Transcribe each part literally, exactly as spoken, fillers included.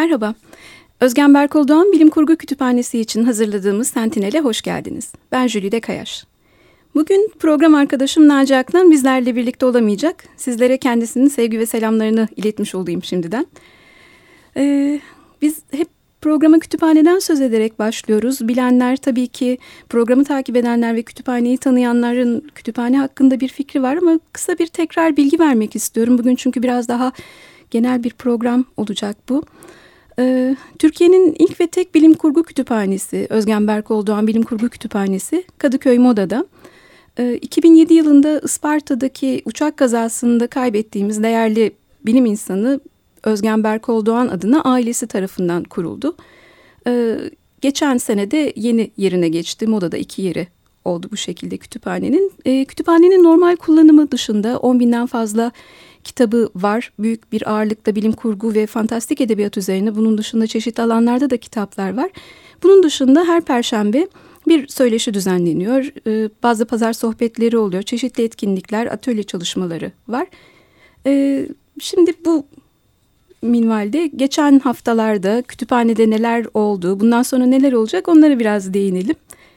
Merhaba, Özgen Berkol Doğan Bilim Kurgu Kütüphanesi için hazırladığımız Sentinel'e hoş geldiniz. Ben Jülide Kayaş. Bugün program arkadaşım Naci Aklan bizlerle birlikte olamayacak. Sizlere kendisinin sevgi ve selamlarını iletmiş olayım şimdiden. Ee, biz hep programa kütüphaneden söz ederek başlıyoruz. Bilenler tabii ki, programı takip edenler ve kütüphaneyi tanıyanların kütüphane hakkında bir fikri var ama kısa bir tekrar bilgi vermek istiyorum. Bugün çünkü biraz daha genel bir program olacak bu. Ee, Türkiye'nin ilk ve tek bilim kurgu kütüphanesi, Özgen Berkol Doğan Bilim Kurgu Kütüphanesi Kadıköy Moda'da. Ee, iki bin yedi yılında Isparta'daki uçak kazasında kaybettiğimiz değerli bilim insanı Özgen Berkol Doğan adına ailesi tarafından kuruldu. Ee, geçen sene de yeni yerine geçti. Moda'da iki yeri oldu bu şekilde kütüphanenin. Ee, kütüphanenin normal kullanımı dışında on binden fazla kitabı var. Büyük bir ağırlıkta bilim kurgu ve fantastik edebiyat üzerine. Bunun dışında çeşitli alanlarda da kitaplar var. Bunun dışında her perşembe bir söyleşi düzenleniyor. Ee, bazı pazar sohbetleri oluyor. Çeşitli etkinlikler, atölye çalışmaları var. Ee, şimdi bu minvalde geçen haftalarda kütüphanede neler oldu, bundan sonra neler olacak onlara biraz değinelim.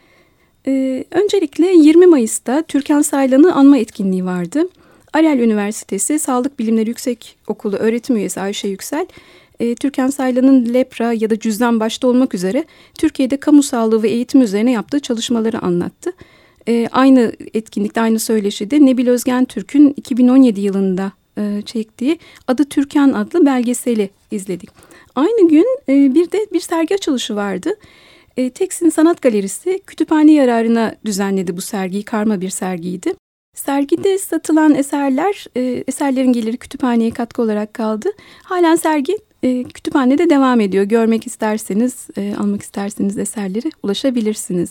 Ee, öncelikle yirmi Mayıs'ta Türkan Saylan'ı anma etkinliği vardı. Ariel Üniversitesi Sağlık Bilimleri Yüksekokulu öğretim üyesi Ayşe Yüksel, e, Türkan Saylan'ın lepra ya da cüzdan başta olmak üzere Türkiye'de kamu sağlığı ve eğitim üzerine yaptığı çalışmaları anlattı. E, aynı etkinlikte, aynı söyleşide Nebil Özgen Türk'ün iki bin on yedi yılında e, çektiği Adı Türkan adlı belgeseli izledik. Aynı gün e, bir de bir sergi açılışı vardı. E, Teksin Sanat Galerisi kütüphane yararına düzenledi bu sergiyi, karma bir sergiydi. Sergide satılan eserler, e, eserlerin geliri kütüphaneye katkı olarak kaldı. Halen sergi e, kütüphanede devam ediyor. Görmek isterseniz, e, almak isterseniz eserleri ulaşabilirsiniz.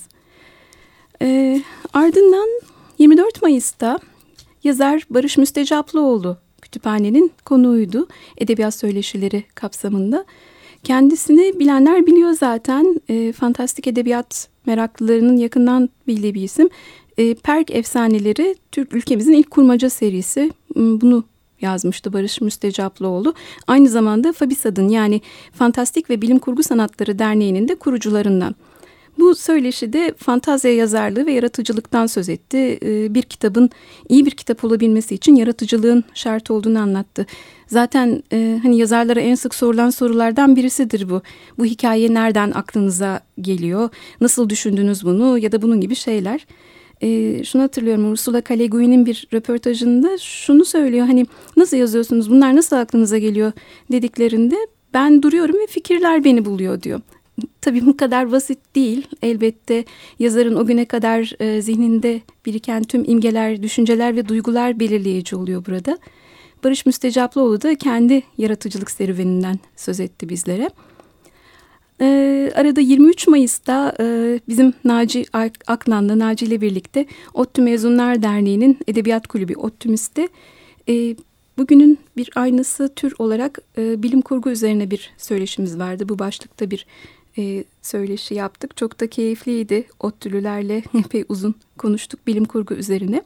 E, ardından yirmi dört Mayıs'ta yazar Barış Müstecaplıoğlu kütüphanenin konuğuydu. Edebiyat söyleşileri kapsamında. Kendisini bilenler biliyor zaten. E, fantastik edebiyat meraklılarının yakından bildiği bir isim. E, Perk Efsaneleri Türk ülkemizin ilk kurmaca serisi. Bunu yazmıştı Barış Müstecaplıoğlu. Aynı zamanda FABİSAD'ın, yani Fantastik ve Bilim Kurgu Sanatları Derneği'nin de kurucularından. Bu söyleşide fantazya yazarlığı ve yaratıcılıktan söz etti. E, bir kitabın iyi bir kitap olabilmesi için yaratıcılığın şart olduğunu anlattı. Zaten e, hani yazarlara en sık sorulan sorulardan birisidir bu. Bu hikaye nereden aklınıza geliyor? Nasıl düşündünüz bunu? Ya da bunun gibi şeyler. E, şunu hatırlıyorum, Ursula K. Le Guin'in bir röportajında şunu söylüyor. Hani nasıl yazıyorsunuz, bunlar nasıl aklınıza geliyor dediklerinde ben duruyorum ve fikirler beni buluyor diyor. Tabii bu kadar basit değil. Elbette yazarın o güne kadar e, zihninde biriken tüm imgeler, düşünceler ve duygular belirleyici oluyor burada. Barış Müstecaplıoğlu da kendi yaratıcılık serüveninden söz etti bizlere. Ee, arada yirmi üç Mayıs'ta e, bizim Naci Aklan'la, Naci ile birlikte ODTÜ Mezunlar Derneği'nin Edebiyat Kulübü ODTÜMİS'te e, bugünün bir aynısı tür olarak e, bilim kurgu üzerine bir söyleşimiz vardı. Bu başlıkta bir e, söyleşi yaptık. Çok da keyifliydi. ODTÜ'lülerle epey uzun konuştuk bilim kurgu üzerine.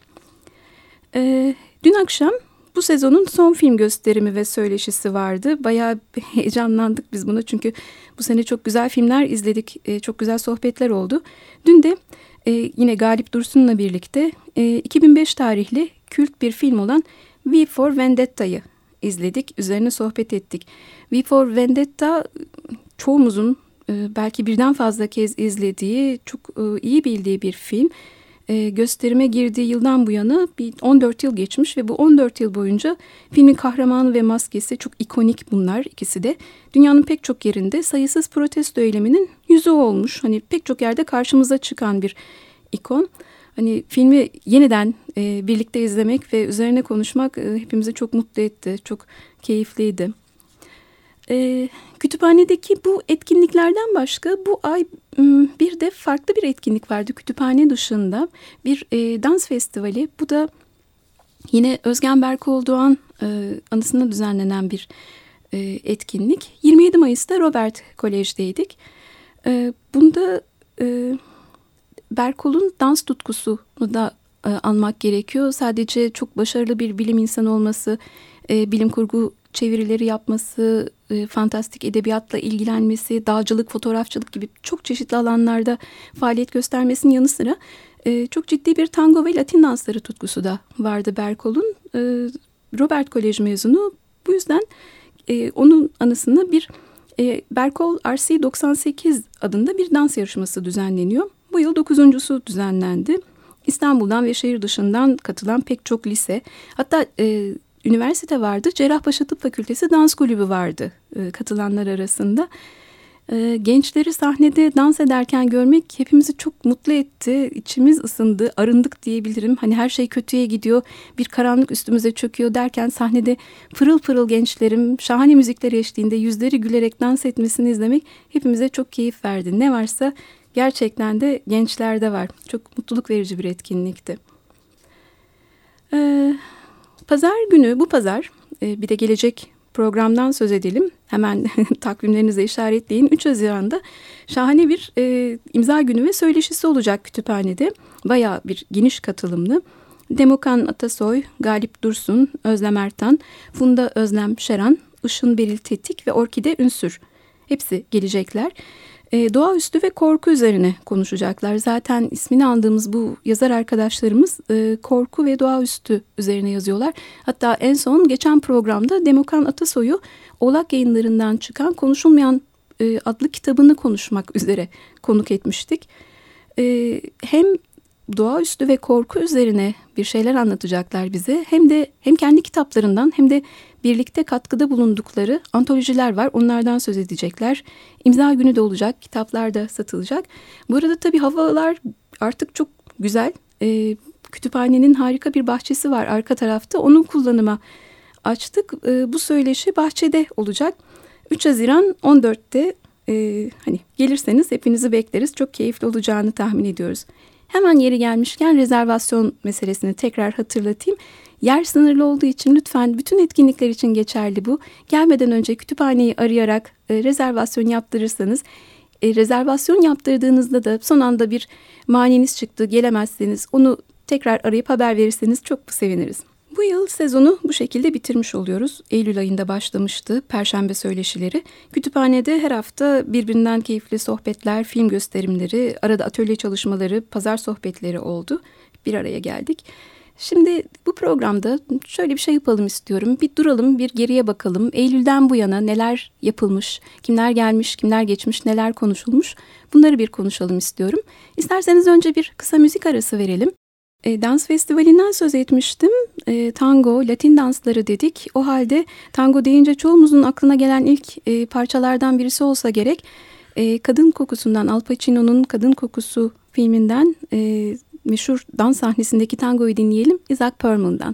E, dün akşam bu sezonun son film gösterimi ve söyleşisi vardı. Bayağı heyecanlandık biz buna çünkü bu sene çok güzel filmler izledik. E, çok güzel sohbetler oldu. Dün de e, yine Galip Dursun'la birlikte e, iki bin beş tarihli kült bir film olan V for Vendetta'yı izledik. Üzerine sohbet ettik. V for Vendetta çoğumuzun e, belki birden fazla kez izlediği, çok e, iyi bildiği bir film. E, gösterime girdiği yıldan bu yana bir on dört yıl geçmiş ve bu on dört yıl boyunca filmin kahramanı ve maskesi çok ikonik, bunlar ikisi de. Dünyanın pek çok yerinde sayısız protesto eyleminin yüzü olmuş. Hani pek çok yerde karşımıza çıkan bir ikon. Hani filmi yeniden e, birlikte izlemek ve üzerine konuşmak e, hepimizi çok mutlu etti. Çok keyifliydi. E, kütüphanedeki bu etkinliklerden başka bu ay bir de farklı bir etkinlik vardı kütüphane dışında. Bir e, dans festivali. Bu da yine Özgen Berkol Doğan e, anısına düzenlenen bir e, etkinlik. yirmi yedi Mayıs'ta Robert Kolej'deydik. E, bunda e, Berkol'un dans tutkusunu da e, almak gerekiyor. Sadece çok başarılı bir bilim insanı olması, e, bilim kurgu çevirileri yapması, e, fantastik edebiyatla ilgilenmesi, dağcılık, fotoğrafçılık gibi çok çeşitli alanlarda faaliyet göstermesinin yanı sıra e, çok ciddi bir tango ve Latin dansları tutkusu da vardı Berkol'un. E, Robert Kolej mezunu. Bu yüzden e, onun anısına bir e, Berkol R C doksan sekiz adında bir dans yarışması düzenleniyor. Bu yıl dokuzuncusu düzenlendi. İstanbul'dan ve şehir dışından katılan pek çok lise, hatta e, üniversite vardı. Cerrahpaşa Tıp Fakültesi Dans Kulübü vardı e, katılanlar arasında. E, gençleri sahnede dans ederken görmek hepimizi çok mutlu etti. İçimiz ısındı, arındık diyebilirim. Hani her şey kötüye gidiyor, bir karanlık üstümüze çöküyor derken sahnede pırıl pırıl gençlerim şahane müzikler eşliğinde yüzleri gülerek dans etmesini izlemek hepimize çok keyif verdi. Ne varsa gerçekten de gençlerde var. Çok mutluluk verici bir etkinlikti. Ee, pazar günü, bu pazar e, bir de gelecek programdan söz edelim. Hemen takvimlerinize işaretleyin. üç Haziran'da şahane bir e, imza günü ve söyleşisi olacak kütüphanede. Bayağı bir geniş katılımlı. Demokan Atasoy, Galip Dursun, Özlem Ertan, Funda Özlem Şeran, Işın Beril Tetik ve Orkide Ünsür. Hepsi gelecekler. E, doğaüstü ve korku üzerine konuşacaklar. Zaten ismini andığımız bu yazar arkadaşlarımız e, korku ve doğaüstü üzerine yazıyorlar. Hatta en son geçen programda Demokan Atasoy'u Oğlak Yayınları'ndan çıkan Konuşulmayan e, adlı kitabını konuşmak üzere konuk etmiştik. E, hem doğaüstü ve korku üzerine bir şeyler anlatacaklar bize. Hem de hem kendi kitaplarından hem de birlikte katkıda bulundukları antolojiler var. Onlardan söz edecekler. İmza günü de olacak. Kitaplar da satılacak. Bu arada tabii havalar artık çok güzel. Ee, kütüphanenin harika bir bahçesi var arka tarafta. Onun kullanıma açtık. Ee, bu söyleşi bahçede olacak. üç Haziran on dörtte e, hani gelirseniz hepinizi bekleriz. Çok keyifli olacağını tahmin ediyoruz. Hemen yeri gelmişken rezervasyon meselesini tekrar hatırlatayım. Yer sınırlı olduğu için lütfen bütün etkinlikler için geçerli bu. Gelmeden önce kütüphaneyi arayarak e, rezervasyon yaptırırsanız, e, rezervasyon yaptırdığınızda da son anda bir maniniz çıktı, gelemezseniz onu tekrar arayıp haber verirseniz çok seviniriz. Bu yıl sezonu bu şekilde bitirmiş oluyoruz. Eylül ayında başlamıştı Perşembe söyleşileri. Kütüphanede her hafta birbirinden keyifli sohbetler, film gösterimleri, arada atölye çalışmaları, pazar sohbetleri oldu. Bir araya geldik. Şimdi bu programda şöyle bir şey yapalım istiyorum. Bir duralım, bir geriye bakalım. Eylül'den bu yana neler yapılmış, kimler gelmiş, kimler geçmiş, neler konuşulmuş. Bunları bir konuşalım istiyorum. İsterseniz önce bir kısa müzik arası verelim. E, dans festivalinden söz etmiştim. E, tango, Latin dansları dedik. O halde tango deyince çoğumuzun aklına gelen ilk e, parçalardan birisi olsa gerek. E, Kadın Kokusu'ndan, Al Pacino'nun Kadın Kokusu filminden e, meşhur dans sahnesindeki tangoyu dinleyelim. Isaac Perlman'dan.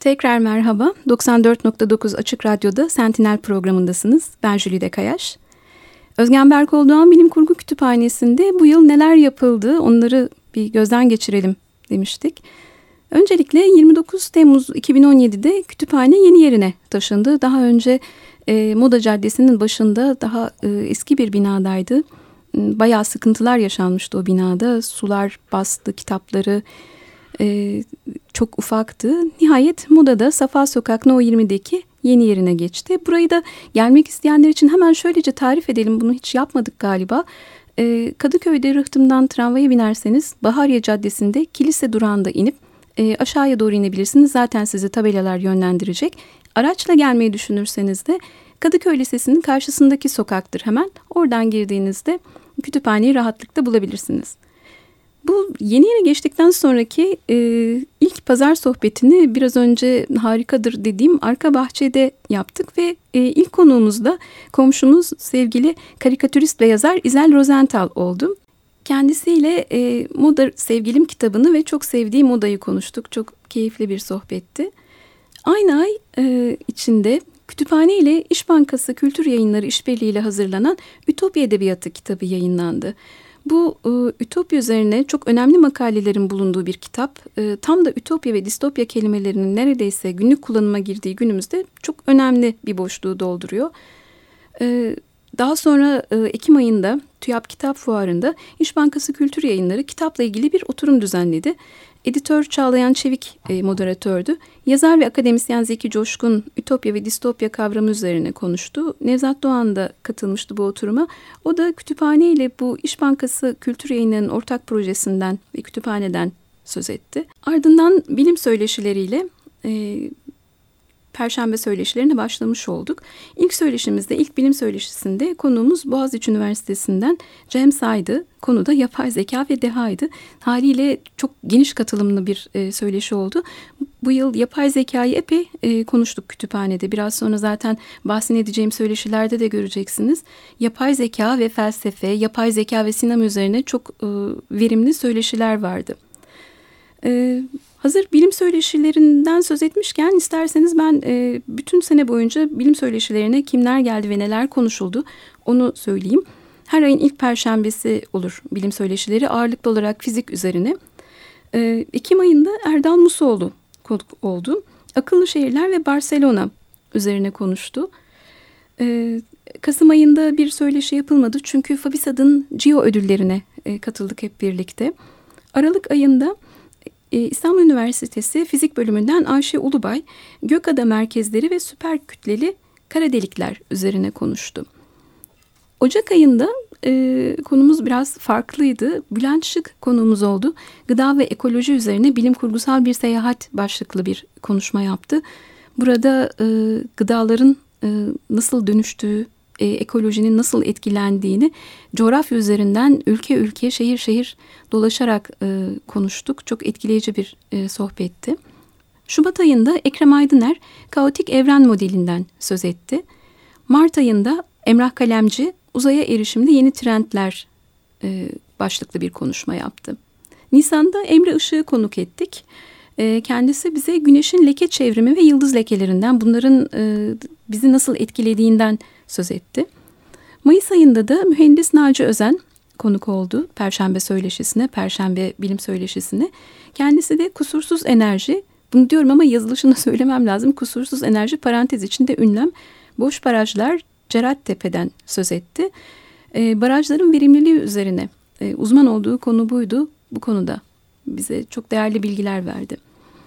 Tekrar merhaba. doksan dört nokta dokuz Açık Radyo'da Sentinel programındasınız. Ben Jülide Kayaş. Özgen Berkoldoğan Bilim Kurgu Kütüphanesi'nde bu yıl neler yapıldı onları bir gözden geçirelim demiştik. Öncelikle yirmi dokuz Temmuz iki bin on yedi'de kütüphane yeni yerine taşındı. Daha önce e, Moda Caddesi'nin başında daha e, eski bir binadaydı. Bayağı sıkıntılar yaşanmıştı o binada. Sular bastı kitapları. Ee, çok ufaktı. Nihayet Moda'da Safa Sokak No yirmi'deki yeni yerine geçti. Burayı da gelmek isteyenler için hemen şöylece tarif edelim. Bunu hiç yapmadık galiba. Ee, Kadıköy'de Rıhtım'dan tramvaya binerseniz Bahariye Caddesi'nde kilise durağında inip e, aşağıya doğru inebilirsiniz. Zaten sizi tabelalar yönlendirecek. Araçla gelmeyi düşünürseniz de Kadıköy Lisesi'nin karşısındaki sokaktır hemen. Oradan girdiğinizde kütüphaneyi rahatlıkla bulabilirsiniz. Bu yeni yere geçtikten sonraki e, ilk pazar sohbetini biraz önce harikadır dediğim arka bahçede yaptık ve e, ilk konuğumuz da komşumuz sevgili karikatürist ve yazar İzel Rozental oldu. Kendisiyle e, Moda Sevgilim kitabını ve çok sevdiği modayı konuştuk. Çok keyifli bir sohbetti. Aynı ay e, içinde kütüphane ile İş Bankası Kültür Yayınları işbirliğiyle hazırlanan Ütopya Edebiyatı kitabı yayınlandı. Bu e, Ütopya üzerine çok önemli makalelerin bulunduğu bir kitap. E, tam da Ütopya ve distopya kelimelerinin neredeyse günlük kullanıma girdiği günümüzde çok önemli bir boşluğu dolduruyor. E, daha sonra e, Ekim ayında TÜYAP Kitap Fuarı'nda İş Bankası Kültür Yayınları kitapla ilgili bir oturum düzenledi. Editör Çağlayan Çevik e, moderatördü. Yazar ve akademisyen Zeki Coşkun Ütopya ve distopya kavramı üzerine konuştu. Nevzat Doğan da katılmıştı bu oturuma. O da kütüphane ile bu İş Bankası Kültür Yayınları'nın ortak projesinden ve kütüphaneden söz etti. Ardından bilim söyleşileriyle e, Perşembe söyleşilerine başlamış olduk. İlk söyleşimizde, ilk bilim söyleşisinde konuğumuz Boğaziçi Üniversitesi'nden Cem Say'dı. Konu da yapay zeka ve dehaydı. Haliyle çok geniş katılımlı bir e, söyleşi oldu. Bu yıl yapay zekayı epey e, konuştuk kütüphanede. Biraz sonra zaten bahsini edeceğim söyleşilerde de göreceksiniz. Yapay zeka ve felsefe, yapay zeka ve sinema üzerine çok e, verimli söyleşiler vardı. E, Hazır bilim söyleşilerinden söz etmişken isterseniz ben e, bütün sene boyunca bilim söyleşilerine kimler geldi ve neler konuşuldu onu söyleyeyim. Her ayın ilk perşembesi olur bilim söyleşileri ağırlıklı olarak fizik üzerine. E, Ekim ayında Erdal Musoğlu konuk oldu. Akıllı şehirler ve Barcelona üzerine konuştu. E, Kasım ayında bir söyleşi yapılmadı çünkü FABİSAD'ın Geo ödüllerine e, katıldık hep birlikte. Aralık ayında İstanbul Üniversitesi Fizik Bölümünden Ayşe Ulubay, gökada merkezleri ve süper kütleli kara delikler üzerine konuştu. Ocak ayında e, konumuz biraz farklıydı. Bülent Şık konuğumuz oldu. Gıda ve ekoloji üzerine bilim kurgusal bir seyahat başlıklı bir konuşma yaptı. Burada e, gıdaların e, nasıl dönüştüğü, e, ekolojinin nasıl etkilendiğini coğrafya üzerinden ülke ülke, şehir şehir dolaşarak e, konuştuk. Çok etkileyici bir e, sohbetti. Şubat ayında Ekrem Aydıner kaotik evren modelinden söz etti. Mart ayında Emrah Kalemci uzaya erişimde yeni trendler e, başlıklı bir konuşma yaptı. Nisan'da Emre Işık'ı konuk ettik. E, kendisi bize güneşin leke çevrimi ve yıldız lekelerinden, bunların e, bizi nasıl etkilediğinden söz etti. Mayıs ayında da mühendis Naci Özen konuk oldu Perşembe söyleşisine, Perşembe bilim söyleşisine. Kendisi de kusursuz enerji, bunu diyorum ama yazılışını söylemem lazım. Kusursuz enerji parantez içinde ünlem, boş barajlar Cerattepe'den söz etti. E, barajların verimliliği üzerine e, uzman olduğu konu buydu. Bu konuda bize çok değerli bilgiler verdi.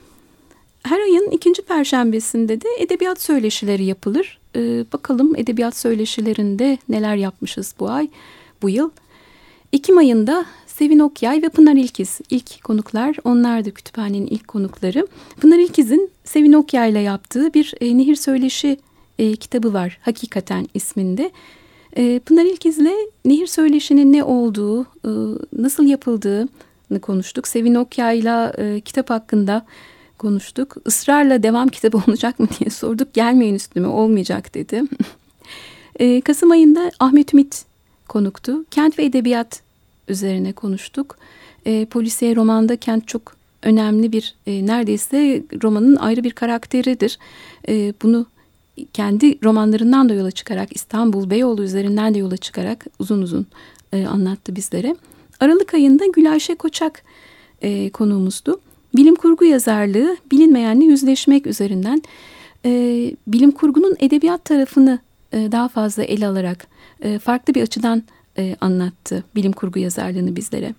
Her ayın ikinci perşembesinde de edebiyat söyleşileri yapılır. Ee, bakalım edebiyat söyleşilerinde neler yapmışız bu ay, bu yıl. Ekim ayında Sevin Okyay ve Pınar İlkiz ilk konuklar. Onlar da kütüphanenin ilk konukları. Pınar İlkiz'in Sevin Okyay'la yaptığı bir e, nehir söyleşi e, kitabı var. Hakikaten isminde. E, Pınar İlkiz'le nehir söyleşinin ne olduğu, e, nasıl yapıldığını konuştuk. Sevin Okyay'la e, kitap hakkında konuştuk. Israrla devam kitabı olacak mı diye sorduk. Gelmeyin üstüme, olmayacak dedi. e, Kasım ayında Ahmet Ümit konuktu. Kent ve edebiyat üzerine konuştuk. E, polisiye romanda kent çok önemli bir e, neredeyse romanın ayrı bir karakteridir. E, bunu kendi romanlarından da yola çıkarak, İstanbul Beyoğlu üzerinden de yola çıkarak uzun uzun e, anlattı bizlere. Aralık ayında Gülayşe Koçak e, konuğumuzdu. Bilim kurgu yazarlığı, bilinmeyenle yüzleşmek üzerinden e, bilim kurgunun edebiyat tarafını e, daha fazla ele alarak e, farklı bir açıdan e, anlattı bilim kurgu yazarlığını bizlere.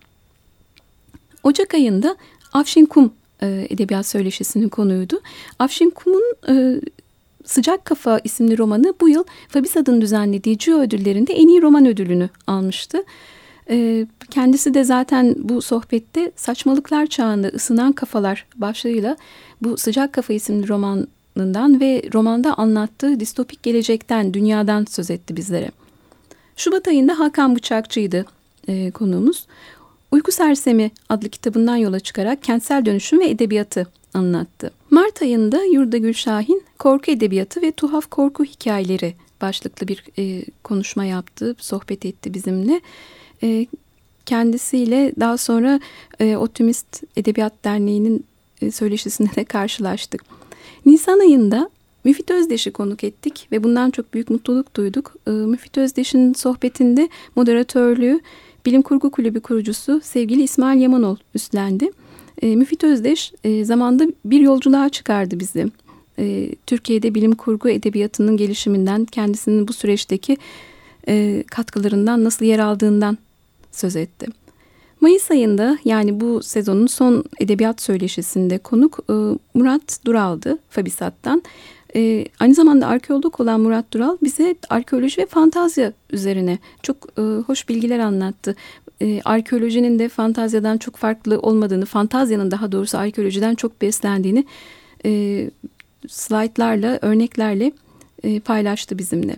Ocak ayında Afşin Kum e, edebiyat söyleşisinin konuğuydu. Afşin Kum'un e, Sıcak Kafa isimli romanı bu yıl Fabisa'nın düzenlediği C I O ödüllerinde en iyi roman ödülünü almıştı. E, kendisi de zaten bu sohbette Saçmalıklar Çağında Isınan Kafalar başlığıyla bu Sıcak Kafa isimli romanından ve romanda anlattığı distopik gelecekten, dünyadan söz etti bizlere. Şubat ayında Hakan Bıçakçı'ydı e, konuğumuz. Uyku Sersemi adlı kitabından yola çıkarak kentsel dönüşüm ve edebiyatı anlattı. Mart ayında Yurda Gülşahin korku edebiyatı ve tuhaf korku hikayeleri başlıklı bir e, konuşma yaptı, sohbet etti bizimle. E, kendisiyle daha sonra e, Optimist Edebiyat Derneği'nin e, söyleşisinde de karşılaştık. Nisan ayında Müfit Özdeş'i konuk ettik ve bundan çok büyük mutluluk duyduk. E, Müfit Özdeş'in sohbetinde moderatörlüğü Bilim Kurgu Kulübü kurucusu sevgili İsmail Yamanol üstlendi. E, Müfit Özdeş e, zamanda bir yolculuğa çıkardı bizi. E, Türkiye'de bilim kurgu edebiyatının gelişiminden, kendisinin bu süreçteki e, katkılarından nasıl yer aldığından söz etti. Mayıs ayında, yani bu sezonun son edebiyat söyleşisinde konuk e, Murat Dural'dı Fabisat'tan. E, aynı zamanda arkeolog olan Murat Dural bize arkeoloji ve fantazya üzerine çok e, hoş bilgiler anlattı. E, arkeolojinin de fantazyadan çok farklı olmadığını, fantazyanın daha doğrusu arkeolojiden çok beslendiğini e, slaytlarla, örneklerle e, paylaştı bizimle.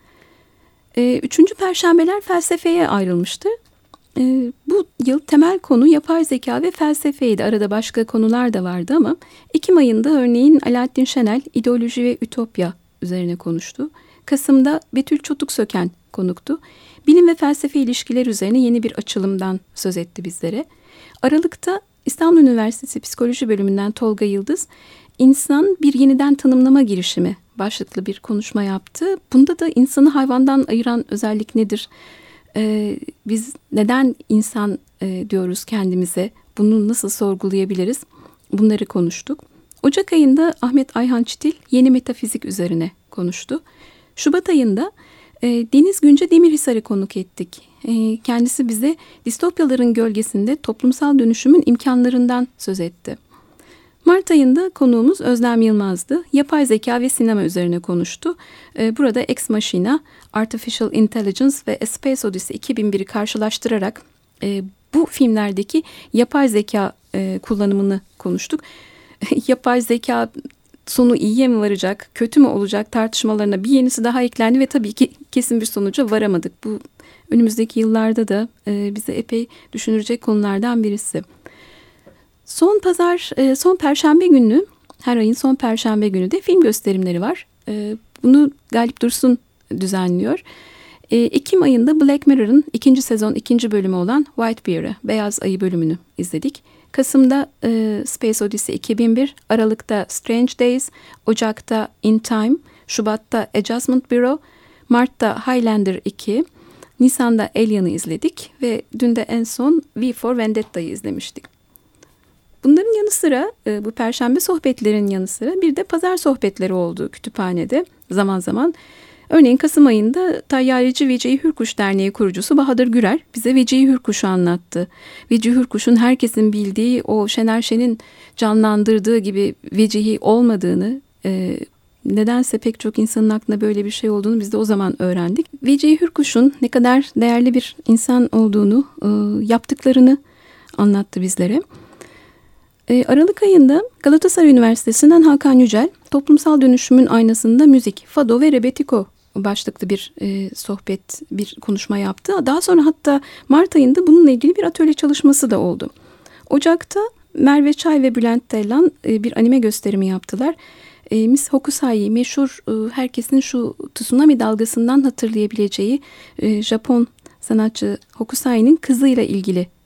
E, üçüncü Perşembeler felsefeye ayrılmıştı. E, bu yıl temel konu yapay zeka ve felsefeydi. Arada başka konular da vardı ama Ekim ayında örneğin Alaaddin Şenel ideoloji ve ütopya üzerine konuştu. Kasım'da Betül Çotuk Söken konuktu. Bilim ve felsefe ilişkiler üzerine yeni bir açılımdan söz etti bizlere. Aralık'ta İstanbul Üniversitesi Psikoloji Bölümünden Tolga Yıldız, İnsan bir yeniden tanımlama girişimi başlıklı bir konuşma yaptı. Bunda da insanı hayvandan ayıran özellik nedir? Ee, biz neden insan e, diyoruz kendimize? Bunu nasıl sorgulayabiliriz? Bunları konuştuk. Ocak ayında Ahmet Ayhan Çitil yeni metafizik üzerine konuştu. Şubat ayında e, Deniz Günce Demirhisar'ı konuk ettik. E, kendisi bize distopyaların gölgesinde toplumsal dönüşümün imkanlarından söz etti. Mart ayında konuğumuz Özlem Yılmaz'dı. Yapay zeka ve sinema üzerine konuştu. Ee, burada Ex Machina, Artificial Intelligence ve A Space Odyssey iki bin bir'i karşılaştırarak e, bu filmlerdeki yapay zeka e, kullanımını konuştuk. Yapay zeka sonu iyiye mi varacak, kötü mü olacak tartışmalarına bir yenisi daha eklendi ve tabii ki kesin bir sonuca varamadık. Bu önümüzdeki yıllarda da e, bizi epey düşünürecek konulardan birisi. Son pazar, son perşembe günü, her ayın son perşembe günü de film gösterimleri var. Bunu Galip Dursun düzenliyor. Ekim ayında Black Mirror'ın ikinci sezon ikinci bölümü olan Whitebeard'ı, Beyaz Ayı bölümünü izledik. Kasım'da Space Odyssey iki bin bir, Aralık'ta Strange Days, Ocak'ta In Time, Şubat'ta Adjustment Bureau, Mart'ta Highlander iki, Nisan'da Alien'ı izledik ve dün de en son V for Vendetta'yı izlemiştik. Bunların yanı sıra bu perşembe sohbetlerin yanı sıra bir de pazar sohbetleri oldu kütüphanede zaman zaman. Örneğin Kasım ayında Tayyareci Vecihi Hürkuş Derneği kurucusu Bahadır Gürer bize Vecihi Hürkuş'u anlattı. Vecihi Hürkuş'un herkesin bildiği o Şener Şen'in canlandırdığı gibi vecihi olmadığını, e, nedense pek çok insanın aklında böyle bir şey olduğunu biz de o zaman öğrendik. Vecihi Hürkuş'un ne kadar değerli bir insan olduğunu, e, yaptıklarını anlattı bizlere. Aralık ayında Galatasaray Üniversitesi'nden Hakan Yücel, toplumsal dönüşümün aynasında müzik, fado ve rebetiko başlıklı bir e, sohbet, bir konuşma yaptı. Daha sonra hatta Mart ayında bununla ilgili bir atölye çalışması da oldu. Ocak'ta Merve Çay ve Bülent Tellan e, bir anime gösterimi yaptılar. E, Miss Hokusai, meşhur e, herkesin şu tsunami dalgasından hatırlayabileceği e, Japon sanatçı Hokusai'nin kızıyla ilgili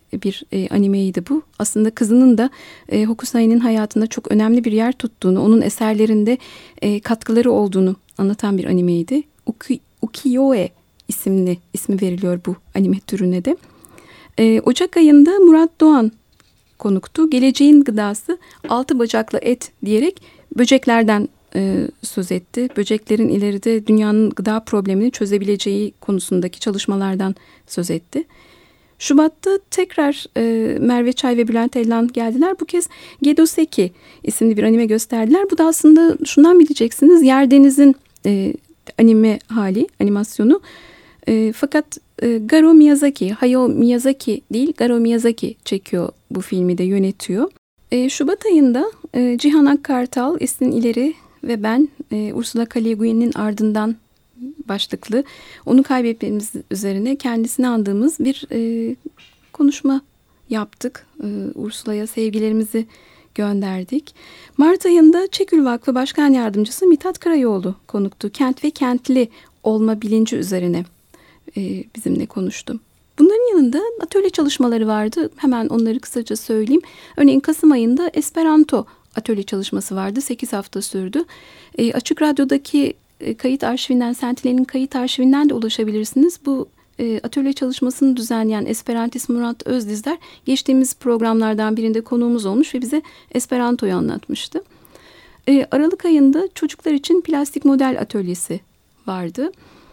bir e, animeydi bu. Aslında kızının da e, Hokusai'nin hayatında çok önemli bir yer tuttuğunu, onun eserlerinde e, katkıları olduğunu anlatan bir animeydi. Uki, Ukiyo-e isimli ismi veriliyor bu anime türüne de. E, Ocak ayında Murat Doğan konuktu. Geleceğin gıdası altı bacaklı et diyerek böceklerden e, söz etti. Böceklerin ileride dünyanın gıda problemini çözebileceği konusundaki çalışmalardan söz etti. Şubat'ta tekrar e, Merve Çay ve Bülent Ellan geldiler. Bu kez Gedoseki isimli bir anime gösterdiler. Bu da aslında şundan bileceksiniz. Yerdeniz'in e, anime hali, animasyonu. E, fakat e, Garo Miyazaki, Hayao Miyazaki değil Garo Miyazaki çekiyor bu filmi de yönetiyor. E, Şubat ayında e, Cihan Akkartal, Esin İleri ve ben e, Ursula K. Le Guin'in ardından başlıklı onu kaybetmemiz üzerine kendisini andığımız bir e, konuşma yaptık. E, Ursula'ya sevgilerimizi gönderdik. Mart ayında Çekül Vakfı Başkan Yardımcısı Mithat Karayoğlu konuktu. Kent ve kentli olma bilinci üzerine e, bizimle konuştu. Bunların yanında atölye çalışmaları vardı. Hemen onları kısaca söyleyeyim. Örneğin Kasım ayında Esperanto atölye çalışması vardı. sekiz hafta sürdü. E, Açık Radyo'daki e, kayıt arşivinden, Sentine'nin kayıt arşivinden de ulaşabilirsiniz. Bu e, atölye çalışmasını düzenleyen Esperantist Murat Özdizler geçtiğimiz programlardan birinde konuğumuz olmuş ve bize Esperanto'yu anlatmıştı. E, Aralık ayında çocuklar için plastik model atölyesi vardı.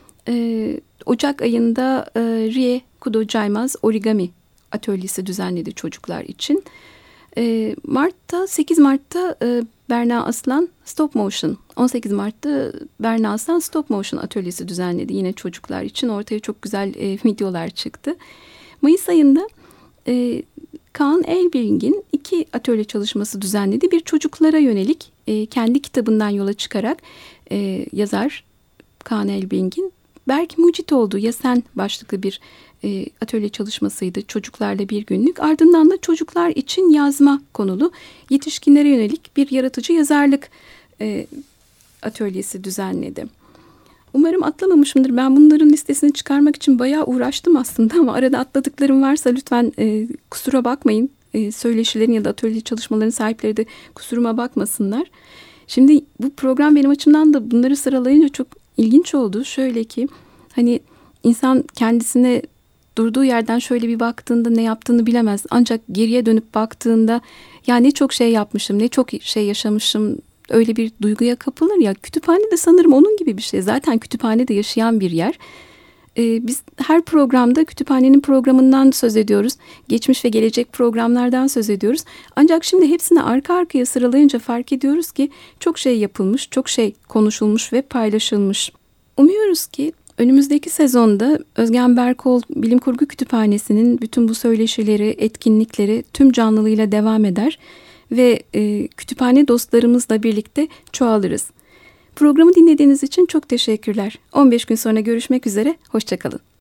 E, Ocak ayında e, Rie Kudojaimaz origami atölyesi düzenledi çocuklar için. E, Mart'ta sekiz Mart'ta e, Berna Aslan Stop Motion, on sekiz Mart'ta Berna Aslan Stop Motion atölyesi düzenledi yine çocuklar için. Ortaya çok güzel e, videolar çıktı. Mayıs ayında e, Kaan Elbing'in iki atölye çalışması düzenledi. Bir çocuklara yönelik e, kendi kitabından yola çıkarak e, yazar Kaan Elbing'in Berk Mucitoğlu Ya Sen başlıklı bir e, atölye çalışmasıydı. Çocuklarla bir günlük. Ardından da çocuklar için yazma konulu yetişkinlere yönelik bir yaratıcı yazarlık e, atölyesi düzenledi. Umarım atlamamışımdır. Ben bunların listesini çıkarmak için bayağı uğraştım aslında ama arada atladıklarım varsa lütfen e, kusura bakmayın. E, söyleşilerin ya da atölye çalışmaların sahipleri de kusuruma bakmasınlar. Şimdi bu program benim açımdan da bunları sıralayınca çok ilginç oldu. Şöyle ki hani insan kendisine durduğu yerden şöyle bir baktığında ne yaptığını bilemez. Ancak geriye dönüp baktığında ya ne çok şey yapmışım, ne çok şey yaşamışım, öyle bir duyguya kapılır ya. Kütüphane de sanırım onun gibi bir şey. Zaten kütüphane de yaşayan bir yer. Ee, biz her programda kütüphanenin programından söz ediyoruz. Geçmiş ve gelecek programlardan söz ediyoruz. Ancak şimdi hepsini arka arkaya sıralayınca fark ediyoruz ki çok şey yapılmış, çok şey konuşulmuş ve paylaşılmış. Umuyoruz ki önümüzdeki sezonda Özgen Berkol Bilim Kurgu Kütüphanesi'nin bütün bu söyleşileri, etkinlikleri tüm canlılığıyla devam eder ve e, kütüphane dostlarımızla birlikte çoğalırız. Programı dinlediğiniz için çok teşekkürler. on beş gün sonra görüşmek üzere, hoşça kalın.